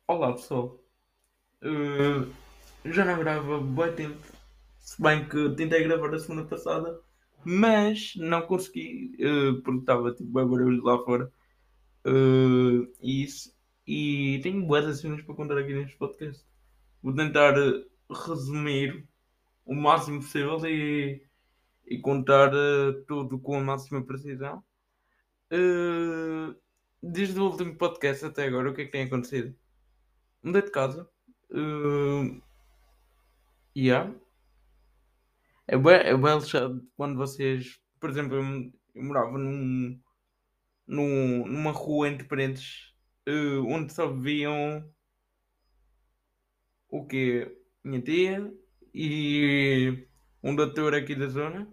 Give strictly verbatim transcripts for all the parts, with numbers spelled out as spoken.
Olá pessoal. Uh, já não gravo há bué tempo, se bem que tentei gravar a semana passada, mas não consegui, uh, porque estava tipo bué barulho lá fora. Uh, e isso. E tenho bué de cenas para contar aqui neste podcast. Vou tentar uh, resumir o máximo possível e, e contar uh, tudo com a máxima precisão. Uh, Desde o último podcast até agora, o que é que tem acontecido? Mudei de casa. Uh, yeah. É bem, é bem lixado quando vocês, por exemplo, eu, eu morava num, num, numa rua entre parentes, eh, onde só viviam o quê? Minha tia e um doutor aqui da zona,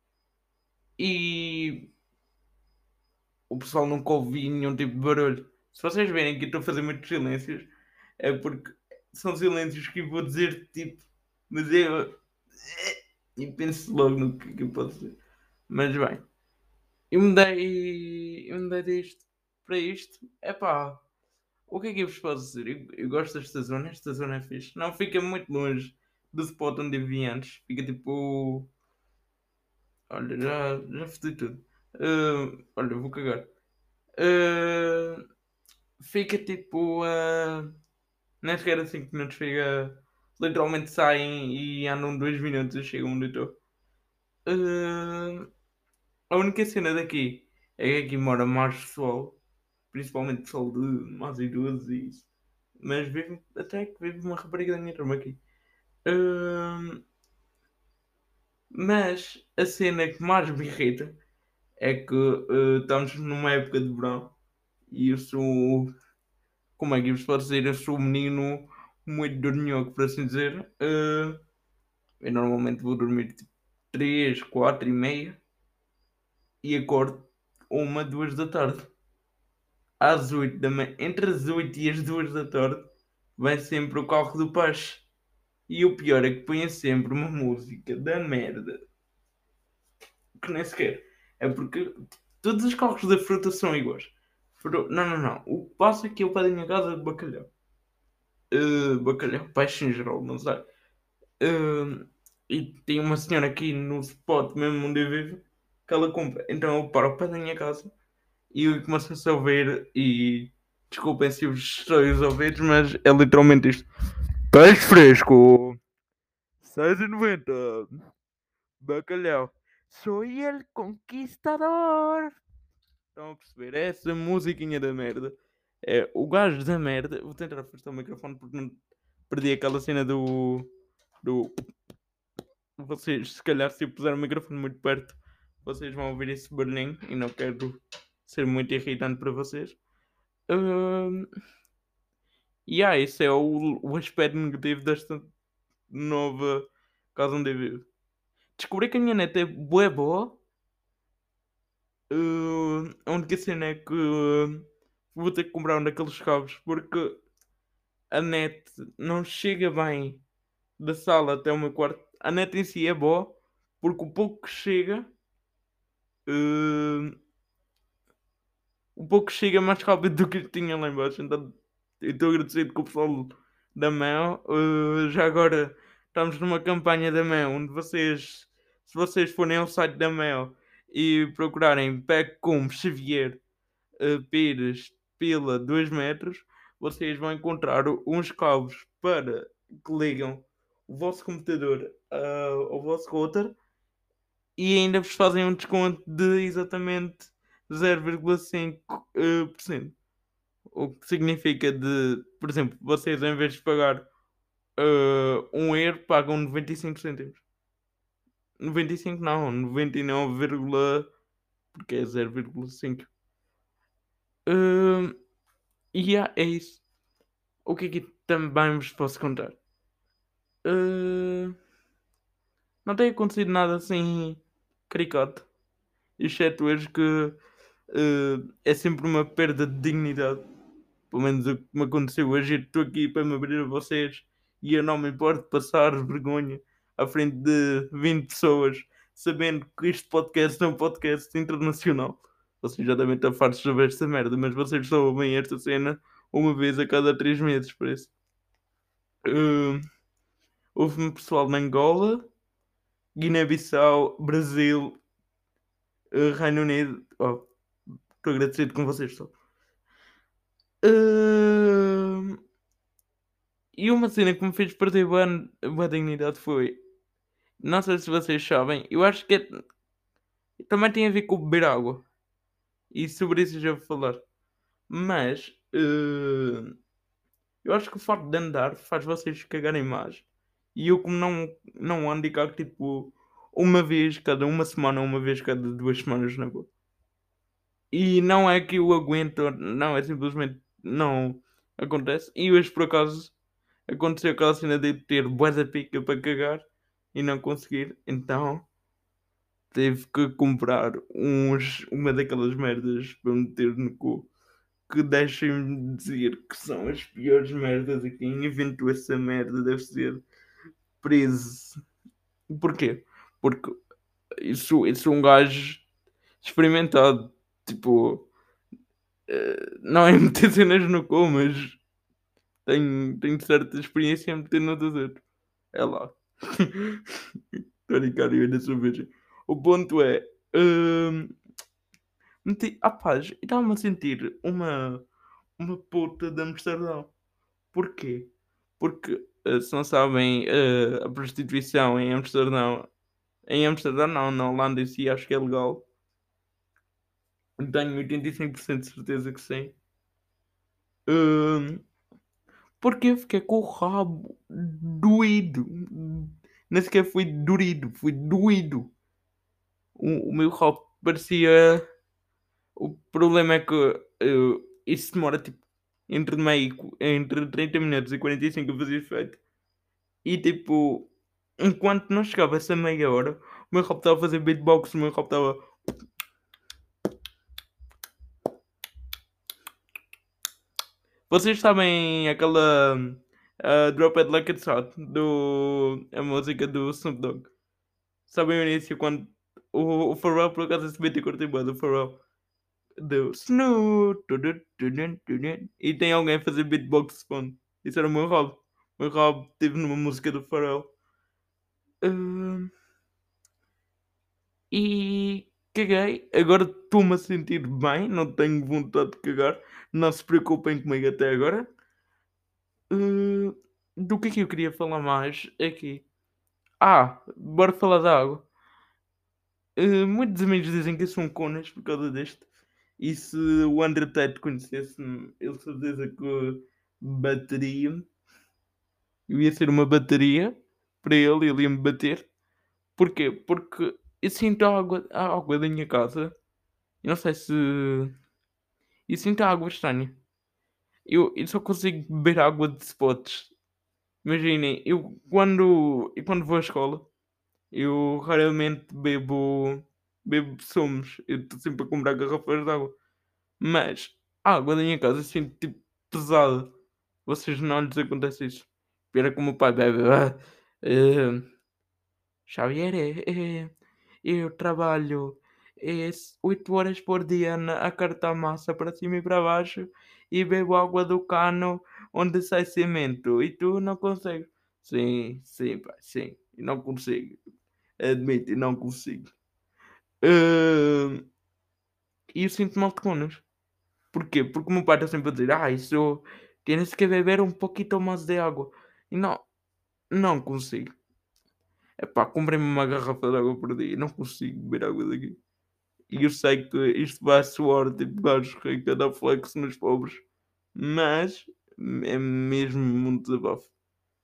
e o pessoal nunca ouvia nenhum tipo de barulho. Se vocês verem que eu estou a fazer muitos silêncios, é porque são silêncios que eu vou dizer tipo, mas eu e penso logo no que, que eu posso dizer. Mas bem. Eu mudei, eu mudei disto para isto. Epá, o que é que eu vos posso dizer? Eu, eu gosto desta zona, esta zona é fixe. Não fica muito longe do spot onde eu vim antes. Fica tipo. Olha, já, já fodi tudo. Ah, olha, vou cagar. Ah, fica tipo. Uh, nem sequer a cinco minutos, fica. Literalmente saem e andam dois minutos e chegam onde eu estou. Ah, a única cena daqui é que aqui mora mais pessoal, principalmente pessoal de mais idosos e isso. Mas vive, até que vive uma rapariga da minha turma aqui. Hum, mas a cena que mais me irrita é que uh, estamos numa época de verão e eu sou, como é que eu vos posso dizer, eu sou um menino muito dorminhoco, por assim dizer. Uh, eu normalmente vou dormir tipo três, quatro e meia e acordo uma, duas da tarde. Às oito da manhã, entre as oito e as duas da tarde, vai sempre o carro do peixe. E o pior é que põem sempre uma música da merda que nem sequer. É porque todos os carros da fruta são iguais. Fru- Não, não, não. O que passa é que eu pego da minha casa de bacalhau. Uh, bacalhau, peixe em geral, não sei. Uh, e tem uma senhora aqui no spot mesmo onde eu vivo que ela compra. Então eu paro ao pé da minha casa e eu começo a ouvir e desculpem se eu vos estou os ouvidos, mas é literalmente isto. Peixe fresco, seis e noventa. Bacalhau. Sou el conquistador. Estão a perceber? É essa musiquinha da merda. É o gajo da merda. Vou tentar afastar o microfone porque não perdi aquela cena do. do. Vocês, se calhar, se eu puser o microfone muito perto, vocês vão ouvir esse barulhinho e não quero ser muito irritante para vocês. Hum, E ah, esse é o, o aspecto negativo desta nova casa onde eu vivo. Descobri que a minha neta é bué boa. Uh, a única cena é que uh, vou ter que comprar um daqueles cabos porque a net não chega bem da sala até o meu quarto. A net em si é boa porque o pouco que chega, uh, o pouco que chega é mais rápido do que eu tinha lá embaixo. Então eu estou agradecido com o pessoal da Mel. Uh, já agora estamos numa campanha da Mel onde vocês, se vocês forem ao site da Mel e procurarem Pack com Xavier uh, Pires pila dois metros, vocês vão encontrar uns cabos para que ligam o vosso computador uh, ao vosso router e ainda vos fazem um desconto de exatamente zero vírgula cinco por cento. O que significa de, por exemplo, vocês em vez de pagar uh, um euro, pagam noventa e cinco cêntimos. noventa e cinco não, noventa e nove, porque é zero vírgula cinco. Uh, e yeah, é isso. O que é que também vos posso contar? Uh, não tem acontecido nada assim caricato, exceto hoje que uh, é sempre uma perda de dignidade. Pelo menos o que me aconteceu hoje. Eu estou aqui para me abrir a vocês e eu não me importo de passar vergonha à frente de vinte pessoas, sabendo que este podcast é um podcast internacional. Vocês já devem estar fartos de saber esta merda, mas vocês só ouvem esta cena uma vez a cada três meses, parece. Hum, houve pessoal na Angola, Guiné-Bissau, Brasil, eh, Reino Unido. Oh, estou agradecido com vocês só. Hum, e uma cena que me fez perder bué bué dignidade foi. Não sei se vocês sabem, eu acho que é- também tem a ver com beber água. E sobre isso já vou falar. Mas eh, eu acho que o facto de andar faz vocês cagarem mais. E eu como não, não ando e cago tipo uma vez cada uma semana, uma vez cada duas semanas na boa. E não é que eu aguento, não, é simplesmente não acontece. E hoje por acaso aconteceu aquela cena de ter bué da pica para cagar e não conseguir. Então teve que comprar uns, uma daquelas merdas para meter no cu. Que deixem-me dizer que são as piores merdas e quem inventou essa merda deve ser preso. Porquê? Porque isso, isso é um gajo experimentado. Tipo, eh, não é meter cenas no cu, mas tenho, tenho certa experiência em meter no dos outros. É lá. Estou a brincar, eu ainda sou virgem. O ponto é. hum, meti, ah, paz, estava-me a sentir uma, uma puta de Amsterdão. Porquê? Porque, eh, se não sabem, eh, a prostituição em Amsterdão, em Amsterdão não, na Holanda em si acho que é legal. Tenho oitenta e cinco por cento de certeza que sim. Hum, porque eu fiquei com o rabo doído. Nem sequer fui dorido, fui doído. O, o meu rabo parecia. O problema é que eh, isso demora tipo entre meio, entre trinta minutos e quarenta e cinco a fazer efeito. E tipo, enquanto não chegava essa meia hora, o meu rabo estava a fazer beatbox, o meu rabo estava. Vocês sabem aquela uh, Drop It Like It's Hot do. A música do Snoop Dogg? Sabem o início quando o, o Pharrell por acaso esse beat eu curti bué do Pharrell do Snoop tudum, tudum, tudum, e tem alguém a fazer beatbox de fundo. Isso era o meu rabo. O meu rabo esteve numa música do Pharrell. Uh, E caguei. Agora estou-me a sentir bem, não tenho vontade de cagar. Não se preocupem comigo até agora. Uh, do que é que eu queria falar mais aqui? Ah, bora falar da água. Uh, muitos amigos dizem que eu sou um conas por causa deste. E se o André Tate conhecesse-me, ele certeza que bateria-me. Eu ia ser uma bateria para ele, ele ia-me bater. Porquê? Porque eu sinto a água, a água da minha casa. Eu não sei se e sinto a água estranha. Eu, eu só consigo beber água de spots. Imaginem, eu quando, eu quando vou à escola, eu raramente bebo, bebo sumos. Eu estou sempre a comprar garrafas de água. Mas a água da minha casa eu sinto tipo pesada. Vocês não lhes acontece isso. Era como o pai bebe. Ah, eh, Xavier, é, é, eu trabalho é, oito horas por dia na, a cartar massa para cima e para baixo e bebo água do cano onde sai cimento e tu não consegues. Sim, sim, pai, sim, não consigo. Admito, não consigo. Hum, E eu sinto mal de conas. Porquê? Porque o meu pai está sempre a dizer: Ah, isso tienes que beber um pouquinho mais de água. E não, não consigo. Epá, comprei-me uma garrafa de água por dia. Não consigo beber água daqui. E eu sei que isto vai soar tipo gajo rico a dar flex nos pobres, mas é mesmo muito desabafo.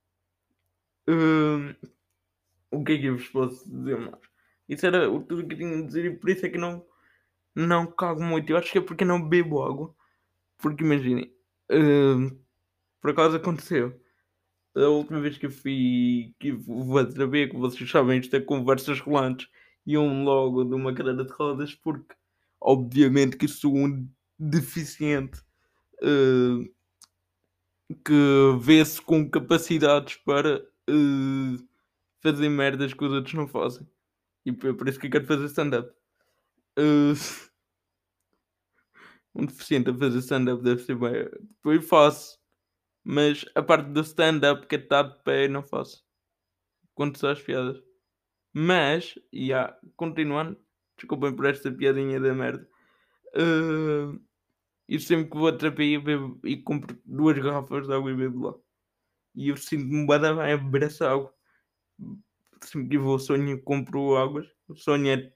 Hum, o que é que eu vos posso dizer mais? Isso era o tudo que eu tinha a dizer e por isso é que não, não cago muito. Eu acho que é porque não bebo água. Porque imaginem, hum, por acaso aconteceu. A última vez que eu fui que eu vou a saber que vocês sabem isto é conversas rolantes e um logo de uma cadeira de rodas porque obviamente que sou um deficiente eh, que vê-se com capacidades para eh, fazer merdas que os outros não fazem. E é por isso que eu quero fazer stand-up. Eh, um deficiente a fazer stand-up deve ser bué. Eu faço, mas a parte do stand-up que é estar de pé não faço. Conto só as piadas. Mas, yeah, continuando, desculpem por esta piadinha da merda. Hã, eu sempre que vou a terapia bebo e compro duas garrafas de água e bebo lá. E eu sinto-me bué da bem a beber essa água. Sempre que vou ao sonho compro águas. O sonho é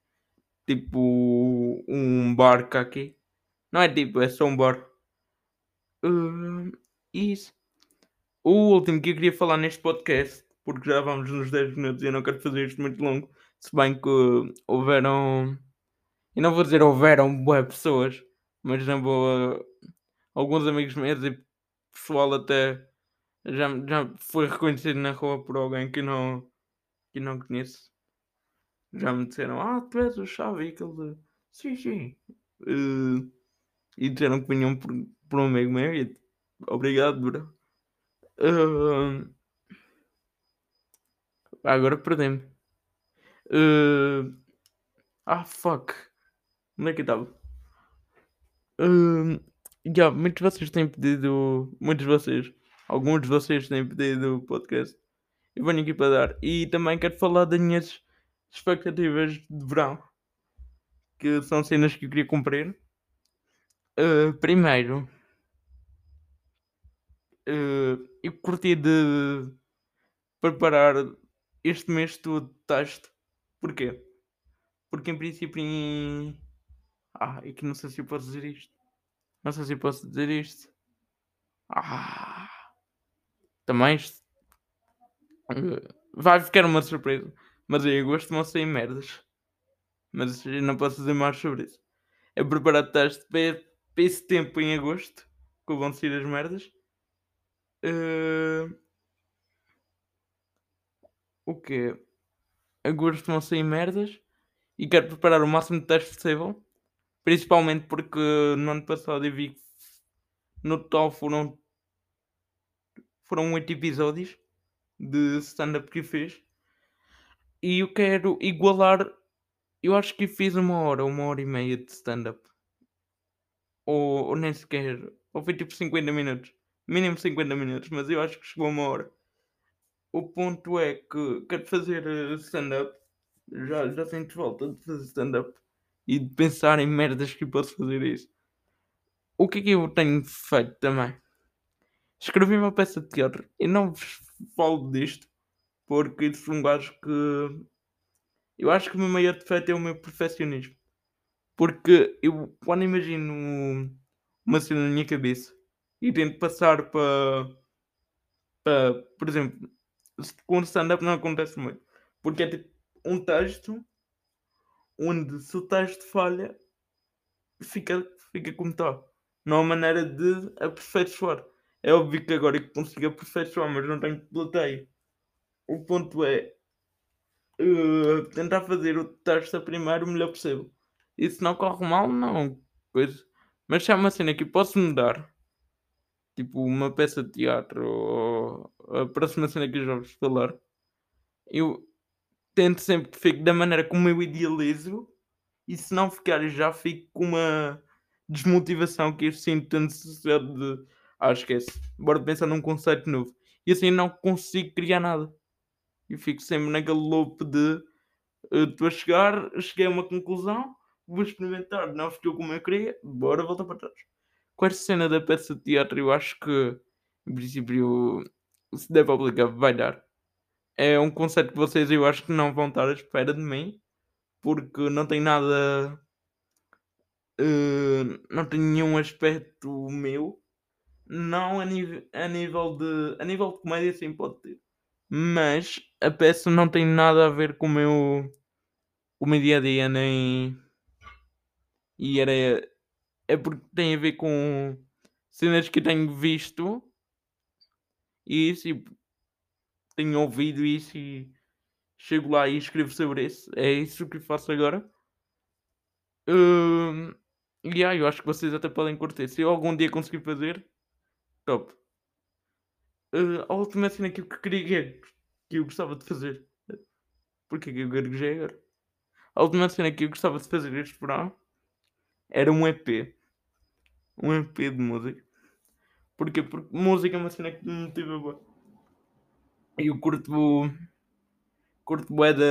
tipo um bar cá aqui. Não é tipo, é só um bar. Hã, isso. O último que eu queria falar neste podcast, porque já vamos nos dez minutos e eu não quero fazer isto muito longo, se bem que houveram, eu não vou dizer houveram bué pessoas, mas na boa, alguns amigos meus e pessoal até já, já foi reconhecido na rua por alguém que não, que não conheço. Já me disseram, ah, tu és o Xavi, aquele. Sim, sim. Eh, e disseram que vinham por, por um amigo meu e obrigado, bro. Eh, agora perdemos. Uh, ah, fuck. Onde é que eu estava? Uh, yeah, muitos de vocês têm pedido. Muitos de vocês. Alguns de vocês têm pedido o podcast. Eu venho aqui para dar. E também quero falar das minhas expectativas de verão. Que são cenas que eu queria cumprir. Uh, primeiro, uh, eu curti de preparar este mês todo de texto. Porquê? Porque em princípio em. Ah, é que não sei se eu posso dizer isto. Não sei se eu posso dizer isto. Ah, também isto, eh, vai ficar uma surpresa. Mas em agosto vão sair merdas. Mas eu não posso dizer mais sobre isso. É preparar teste para, para esse tempo em agosto que vão sair as merdas. Eh, o quê? Agosto vão sair merdas e quero preparar o máximo de testes possível. Principalmente porque no ano passado eu vi que no total foram, foram oito episódios de stand-up que eu fiz. E eu quero igualar. Eu acho que fiz uma hora, uma hora e meia de stand-up. Ou, ou nem sequer. Ou foi tipo cinquenta minutos. Mínimo cinquenta minutos, mas eu acho que chegou a uma hora. O ponto é que quero fazer eh, stand-up. Já, já sinto volta de fazer stand-up. E de pensar em merdas que eu posso fazer isso. O que é que eu tenho feito também? Escrevi uma peça de teatro. E não vos falo disto. Porque isso é um gajo que. Eu acho que o meu maior defeito é o meu perfeccionismo. Porque eu quando imagino uma cena na minha cabeça e tento passar para, para por exemplo, se- com stand-up não acontece muito. Porque é tipo um texto onde se o texto falha, fica, fica como está. Não há maneira de aperfeiçoar. É óbvio que agora eu consigo aperfeiçoar, mas não tenho plateia. O ponto é eh, tentar fazer o texto a primeiro o melhor possível. E se não corre mal, não. Coisa. Mas se há uma cena que eu posso mudar, tipo uma peça de teatro ou a próxima cena que eu já vos falar, eu tento sempre que fique da maneira como eu idealizo e se não ficar eu já fico com uma desmotivação que eu sinto a necessidade de ah, esquece, bora pensar num conceito novo. E assim não consigo criar nada. Eu fico sempre naquele loop de eh, estou a chegar, cheguei a uma conclusão, vou experimentar, não ficou como eu queria, bora voltar para trás. Com esta cena da peça de teatro, eu acho que, em princípio, se deve aplicar, vai dar. É um conceito que vocês, eu acho que não vão estar à espera de mim, porque não tem nada, eh, não tem nenhum aspecto meu, não a, nível a nível de, a nível de comédia sim pode ter, mas a peça não tem nada a ver com o meu, com o meu dia a dia, nem, e era, é porque tem a ver com cenas que eu tenho visto e isso, e tenho ouvido isso e chego lá e escrevo sobre isso. É isso que faço agora. Hum, e aí, eu acho que vocês até podem curtir. Se eu algum dia conseguir fazer, top. Uh, a última cena que eu queria que eu gostava de fazer. Porque que eu gaguejei agora? A última cena que eu gostava de fazer este verão era um E P. um E P de música. Porquê? Porque música é uma cena que me motiva bué. E eu curto curto bué da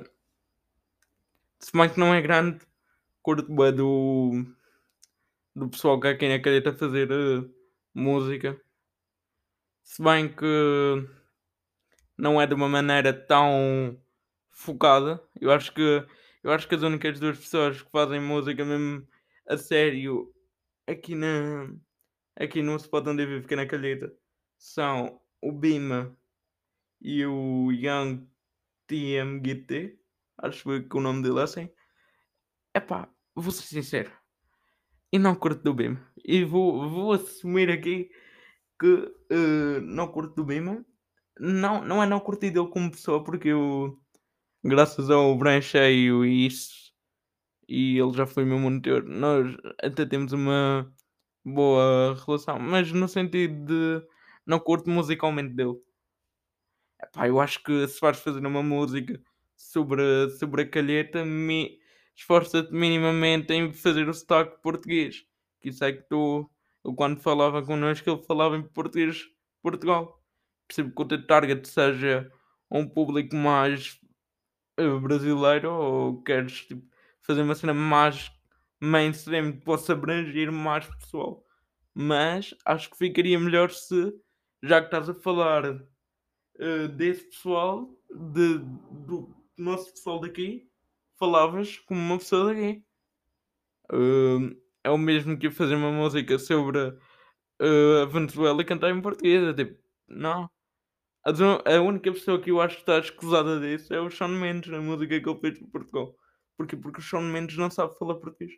se bem que não é grande, curto bué do do pessoal que é quem acredita fazer, eh, música. Se bem que não é de uma maneira tão focada. Eu acho que eu acho que as únicas duas pessoas que fazem música mesmo a sério aqui na aqui no spot onde eu vivo, que é na Calheta, são o Bima e o Young T M G T, acho eu que o nome dele é assim. Epá, vou ser sincero, e não curto do Bima. E vou, vou assumir aqui que eh, não curto do Bima. Não, não é não curtir dele como pessoa, porque eu, graças ao Brancheio e isso, e ele já foi meu monitor, nós até temos uma boa relação, mas no sentido de não curto musicalmente dele. Epá, eu acho que se vais fazer uma música sobre, sobre a Calheta, mi- esforça-te minimamente em fazer o sotaque português. Que isso é que tu, eu quando falava connosco, ele falava em português de Portugal. Percebo que o teu target seja um público mais eh, brasileiro ou queres tipo, fazer uma cena mais mainstream que possa abranger mais pessoal. Mas acho que ficaria melhor se, já que estás a falar eh, desse pessoal, de, do nosso pessoal daqui, falavas como uma pessoa daqui. Eh, é o mesmo que eu fazer uma música sobre eh, a Venezuela e cantar em português. É tipo, não. A, zo- a única pessoa que eu acho que está escusada disso é o Shawn Mendes, na música que ele fez para Portugal. Porquê? Porque o Shawn Mendes não sabe falar português.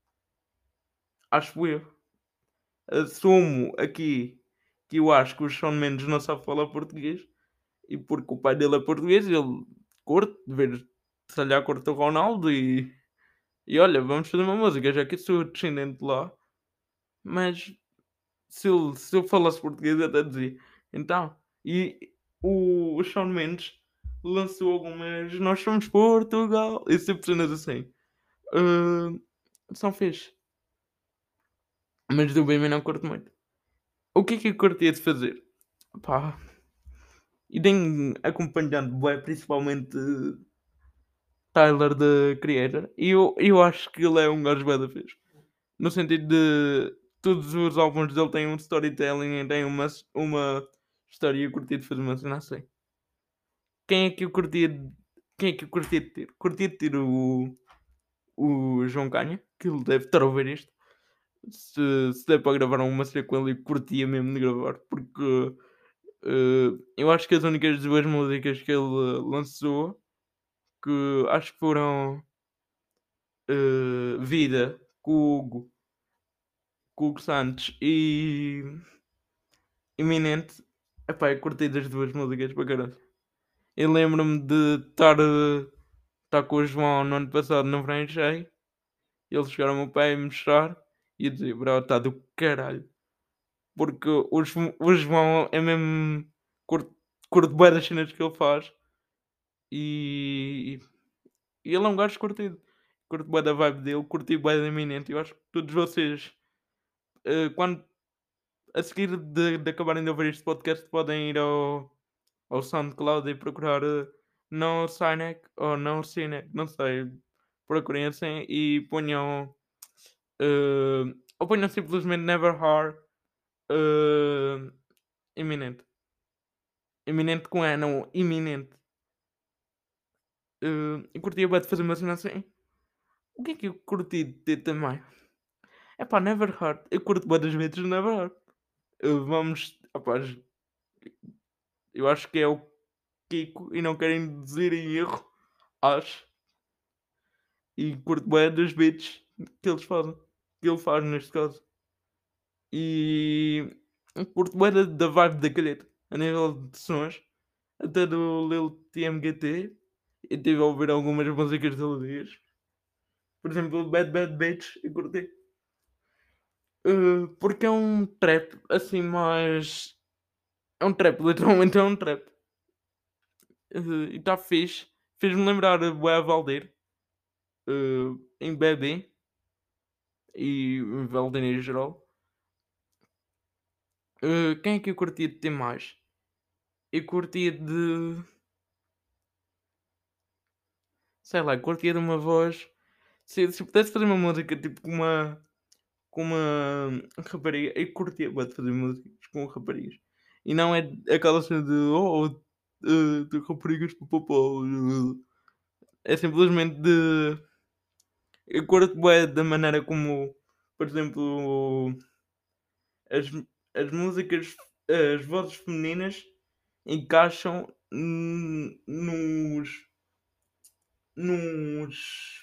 Acho eu. Assumo aqui que eu acho que o Shawn Mendes não sabe falar português. E porque o pai dele é português, ele curte de ver, se calhar curte o Ronaldo e, e olha, vamos fazer uma música, já que eu sou descendente de lá, mas se ele, se eu falasse português eu até dizia. Então, e o, o Shawn Mendes lançou algumas Nós Somos Portugal, e sempre cenas assim. Uh, são fixe, mas do bem não curto muito. O que é que eu curtia de fazer? Pá, e tenho acompanhando bué, principalmente Tyler, the Creator, e eu, eu acho que ele é um gajo bué da fixe. No sentido de todos os álbuns dele têm um storytelling e têm uma, uma história e eu curti de fazer uma cena assim. Quem é que eu curtia de, quem é que eu curtia de ter? Curtia de ter o, o João Canha, que ele deve estar a ouvir isto. Se, se der para gravar uma cena com ele, eu curtia mesmo de gravar, porque eh, eu acho que as únicas duas músicas que ele lançou, que acho que foram eh, Vida com o Hugo, com o Hugo Santos e Iminente. Epá, eu curti das duas músicas para caralho. Eu lembro-me de estar eh, estar com o João no ano passado no Verão Cheio. Eles chegaram ao meu pai a me mostrar e eu dizia, bro, está do caralho. Porque o, Jo- o João é mesmo. Curto, curto bué das cenas que ele faz e, e ele é um gajo curtido. Curto bué da vibe dele, curti bué da Iminente. Eu acho que todos vocês, eh, quando a seguir de, de acabarem de ouvir este podcast, podem ir ao, ao SoundCloud e procurar eh, não Sinek ou não Sinek, não sei. Procurem assim e ponham. eh, ou ponham simplesmente Never Hard eh, Iminente. Iminente com E, não iminente. Eh, eu curtia bem de fazer uma cena assim. O que é que eu curti de ter também? É pá, Never Hard. Eu curto bem das vezes Never Hard. Eh, vamos. Rapaz, eu acho que é o Kiko e não querem induzir em erro, acho. E curto bem das beats que eles fazem. Que ele faz neste caso. E curto bem da, da vibe da calheta. A nível de sons. Até do Lil T M G T. Eu tive a ouvir algumas músicas dele dias. Por exemplo, Bad Bad Bitch. Eu curti. Eh, porque é um trap assim mais. É um trap, literalmente é um trap. Eh, e está fixe. Fez-me lembrar a Boé Valdir. eh, em Bebê. E em Valdir em geral. Eh, quem é que eu curtia de ter mais? Eu curtia de, sei lá, curtia de uma voz. Se, se pudesse fazer uma música tipo com uma, com uma rapariga, eu curtia bué de fazer músicas com raparigas. E não é aquela cena de oh, eh, de raparigas papapó. É simplesmente de. Eu curto bué da maneira como, por exemplo, as, as músicas, as vozes femininas encaixam hum, nos, nos.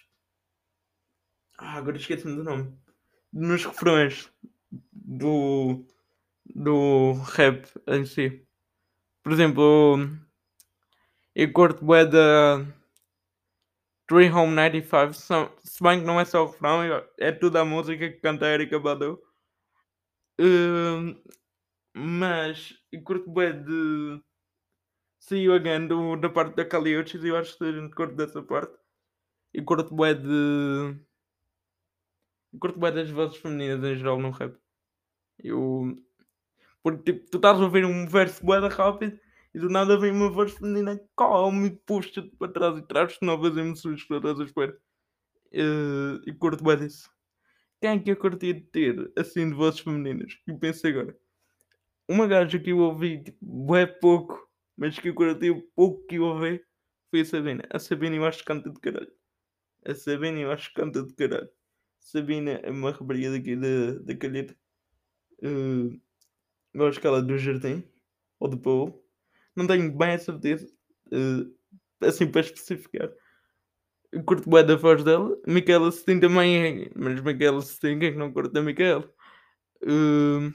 Ah, agora esqueci-me do nome. Nos refrões do, do rap em si. Por exemplo, eu curto bué da Three Home noventa e cinco, são- se bem que não é só o refrão, é é toda a música que canta a Erykah Badu. Hum, mas eu curto bué de See You Again do, da parte da Kali Uchis, eu acho que a gente curte dessa parte. E curto bué de. Eu curto bué das vozes femininas em geral no rap. Eu. Porque tipo, tu estás a ouvir um verso bué da rápido e do nada vem uma voz feminina calma e puxa-te para trás e traz-te novas emoções que tu estás à espera. Eh, E curto bué disso. Quem é que eu curtia de ter assim de vozes femininas? E penso agora. Uma gaja que eu ouvi tipo, bué pouco, mas que eu curti o pouco que eu ouvi foi a Sabina. A Sabina eu acho que canta de caralho. A Sabina eu acho que canta de caralho. Sabina é uma rapariga daqui da, da Calheta. Eh, eu acho que ela é do Jardim ou do Paulo. Não tenho bem a certeza. eh, assim para especificar. Eu curto bem da voz dela. Micaela Cetim também é. Mas Micaela Cetim, quem é que não curte a Micaela? Eh,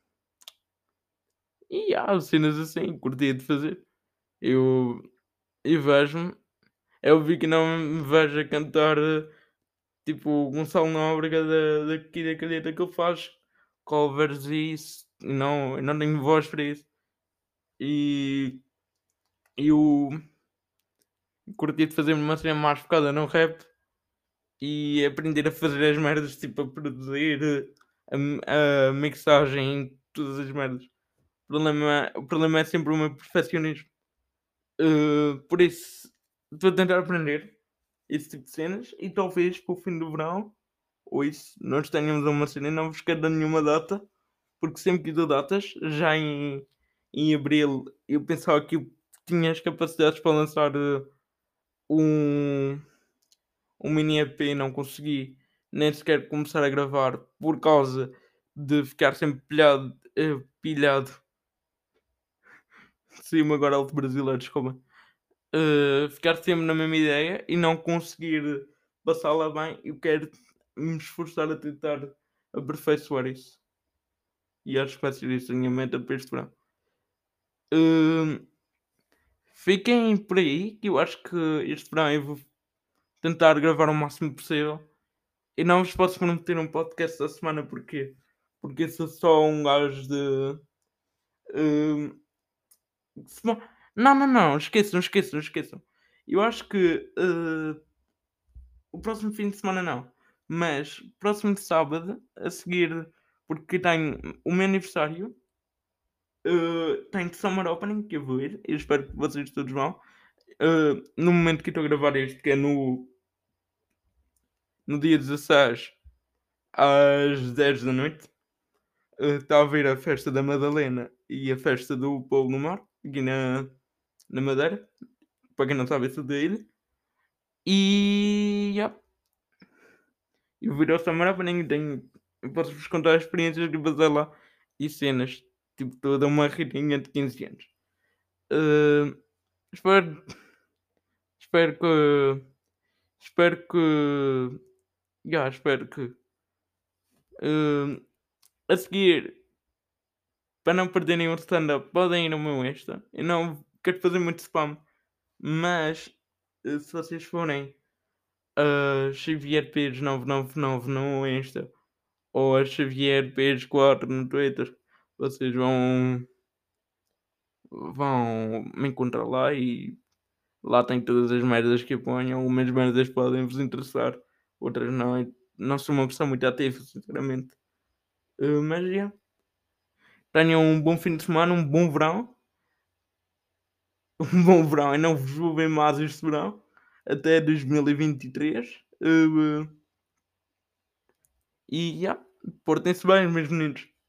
e há cenas assim, curtia de fazer. Eu, eu vejo-me. Eu vi que não me vejo a cantar eh, tipo o Gonçalo Nóbrega da, daqui da Calheta que ele faz covers e isso. E não, eu não tenho voz para isso. E eu curtia de fazer uma cena mais focada no rap e aprender a fazer as merdas, tipo a produzir, a, a mixagem, todas as merdas. O problema, o problema é sempre o meu perfeccionismo. Uh, por isso, estou a tentar aprender esse tipo de cenas e talvez para o fim do verão, ou isso, nós tenhamos uma cena e não vos quero dar nenhuma data, porque sempre que dou datas, já em, em abril, eu pensava que eu tinha as capacidades para lançar uh, um, um mini E P e não consegui nem sequer começar a gravar por causa de ficar sempre pilhado, eh, pilhado, saiu-me agora alto brasileiro, desculpa, eh, ficar sempre na mesma ideia e não conseguir passá-la bem, eu quero me esforçar a tentar aperfeiçoar isso. E acho que vai ser isso a minha meta para este verão. Hum, fiquem por aí, que eu acho que este verão eu vou tentar gravar o máximo possível. E não vos posso prometer um podcast da semana, porquê? Porque eu sou só um gajo de. hum, sema- não, não, não, esqueçam, esqueçam, esqueçam. Eu acho que eh, o próximo fim de semana não, mas próximo de sábado, a seguir, porque tenho o meu aniversário, eh, tenho Summer Opening, que eu vou ir, e espero que vocês todos vão. Eh, no momento que eu estou a gravar este, que é no, no dia dezasseis às dez da noite, eh, está a ver a festa da Madalena e a festa do Polo no Mar, aqui na, na Madeira, para quem não sabe, é tudo da ilha. E yeah, eu vou ir ao Summer Opening e tenho, eu posso-vos contar as experiências que eu passei lá e cenas, tipo, toda uma ritinha de quinze anos. Eh, espero, espero que, espero que, yeah, espero que, eh, a seguir, para não perderem o stand-up, podem ir ao meu Insta. Eu não quero fazer muito spam, mas eh, se vocês forem a Xavier Pires nove nove nove no Insta ou a Xavier Pires quatro no Twitter, vocês vão, vão me encontrar lá e lá tem todas as merdas que eu ponho. Algumas merdas podem vos interessar, outras não. Não sou uma pessoa muito ativa, sinceramente. Eh, mas yeah. Tenham um bom fim de semana, um bom verão, um bom verão e não vos levem más este verão, até dois mil e vinte e três. Eh, e, yeah, portem-se bem, meus meninos.